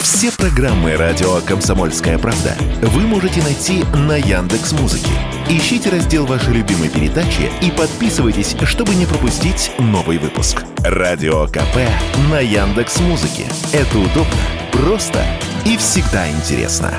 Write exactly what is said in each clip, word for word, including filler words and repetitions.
Все программы радио «Комсомольская правда» вы можете найти на Яндекс.Музыке. Ищите раздел вашей любимой передачи и подписывайтесь, чтобы не пропустить новый выпуск. Радио КП на Яндекс.Музыке. Это удобно, просто и всегда интересно.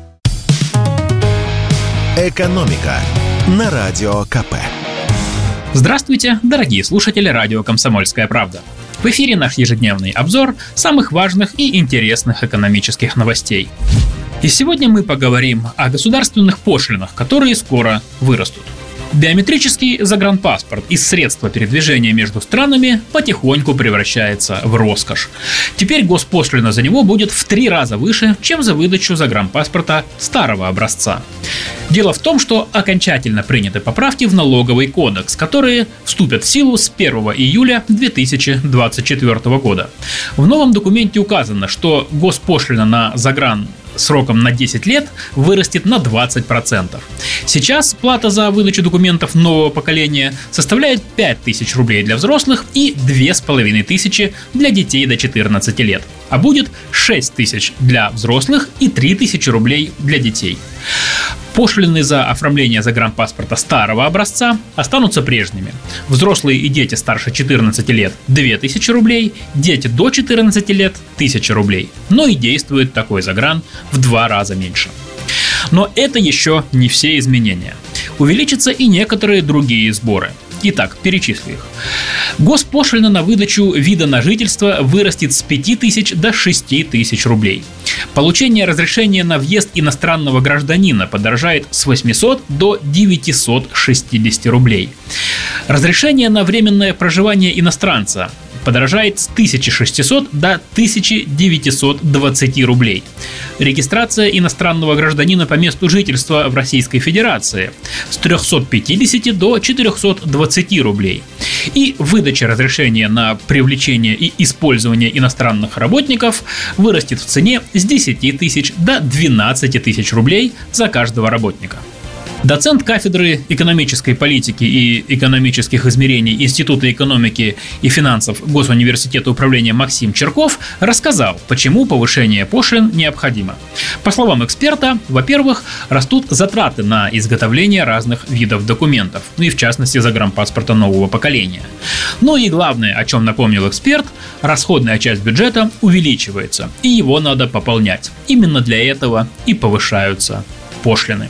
«Экономика» на Радио КП. Здравствуйте, дорогие слушатели радио «Комсомольская правда». В эфире наш ежедневный обзор самых важных и интересных экономических новостей. И сегодня мы поговорим о государственных пошлинах, которые скоро вырастут. Биометрический загранпаспорт из средства передвижения между странами потихоньку превращается в роскошь. Теперь госпошлина за него будет в три раза выше, чем за выдачу загранпаспорта старого образца. Дело в том, что окончательно приняты поправки в налоговый кодекс, которые вступят в силу с первого июля две тысячи двадцать четвёртого года. В новом документе указано, что госпошлина на загран сроком на десять лет вырастет на двадцать процентов. Сейчас плата за выдачу документов нового поколения составляет пять тысяч рублей для взрослых и две с половиной тысячи для детей до четырнадцати лет, а будет шесть тысяч для взрослых и три тысячи рублей для детей. Пошлины за оформление загранпаспорта старого образца останутся прежними. Взрослые и дети старше четырнадцати лет – две тысячи рублей, дети до четырнадцати лет – тысяча рублей. Но и действует такой загран в два раза меньше. Но это еще не все изменения. Увеличатся и некоторые другие сборы. Итак, перечислю их. Госпошлина на выдачу вида на жительство вырастет с пяти тысяч до шести тысяч рублей. Получение разрешения на въезд иностранного гражданина подорожает с восьмисот до девятисот шестидесяти рублей. Разрешение на временное проживание иностранца подорожает с тысячи шестисот до тысячи девятисот двадцати рублей. Регистрация иностранного гражданина по месту жительства в Российской Федерации с трехсот пятидесяти до четырехсот двадцати рублей. И выдача разрешения на привлечение и использование иностранных работников вырастет в цене с десяти тысяч до двенадцати тысяч рублей за каждого работника. Доцент кафедры экономической политики и экономических измерений Института экономики и финансов Госуниверситета управления Максим Черков рассказал, почему повышение пошлин необходимо. По словам эксперта, во-первых, растут затраты на изготовление разных видов документов, ну и в частности загранпаспорта нового поколения. Ну и главное, о чем напомнил эксперт, расходная часть бюджета увеличивается, и его надо пополнять. Именно для этого и повышаются пошлины.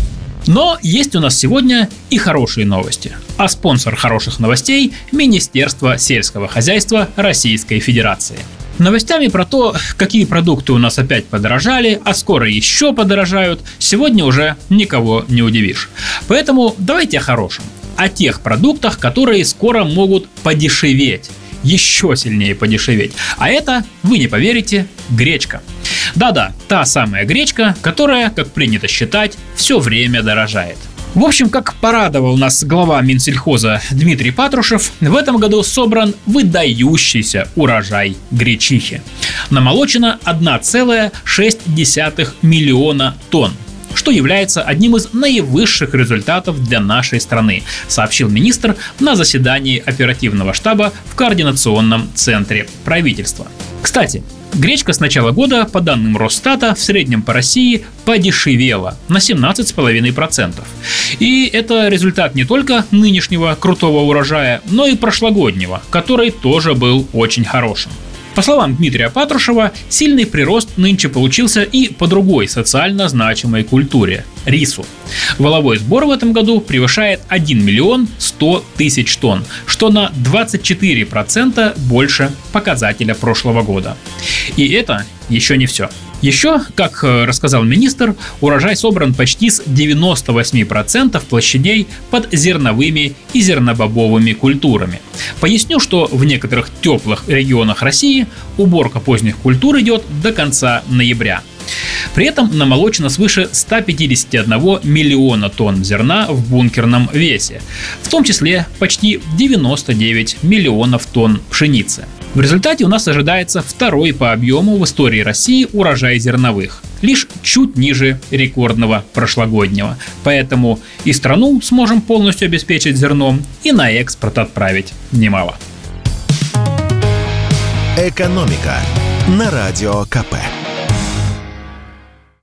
Но есть у нас сегодня и хорошие новости. А спонсор хороших новостей – Министерство сельского хозяйства Российской Федерации. Новостями про то, какие продукты у нас опять подорожали, а скоро еще подорожают, сегодня уже никого не удивишь. Поэтому давайте о хорошем. О тех продуктах, которые скоро могут подешеветь. Еще сильнее подешеветь. А это, вы не поверите, гречка. Да-да, та самая гречка, которая, как принято считать, все время дорожает. В общем, как порадовал нас глава Минсельхоза Дмитрий Патрушев, в этом году собран выдающийся урожай гречихи. Намолочено одна целая шесть десятых миллиона тонн, что является одним из наивысших результатов для нашей страны, сообщил министр на заседании оперативного штаба в Координационном центре правительства. Кстати, гречка с начала года, по данным Росстата, в среднем по России подешевела на семнадцать целых пять десятых процента. И это результат не только нынешнего крутого урожая, но и прошлогоднего, который тоже был очень хорошим. По словам Дмитрия Патрушева, сильный прирост нынче получился и по другой социально значимой культуре – рису. Валовой сбор в этом году превышает один миллион сто тысяч тонн, что на двадцать четыре процента больше показателя прошлого года. И это еще не все. Еще, как рассказал министр, урожай собран почти с девяноста восьми процентов площадей под зерновыми и зернобобовыми культурами. Поясню, что в некоторых теплых регионах России уборка поздних культур идет до конца ноября. При этом намолочено свыше ста пятидесяти одного миллиона тонн зерна в бункерном весе, в том числе почти девяносто девять миллионов тонн пшеницы. В результате у нас ожидается второй по объему в истории России урожай зерновых, лишь чуть ниже рекордного прошлогоднего. Поэтому и страну сможем полностью обеспечить зерном, и на экспорт отправить немало. Экономика на Радио КП.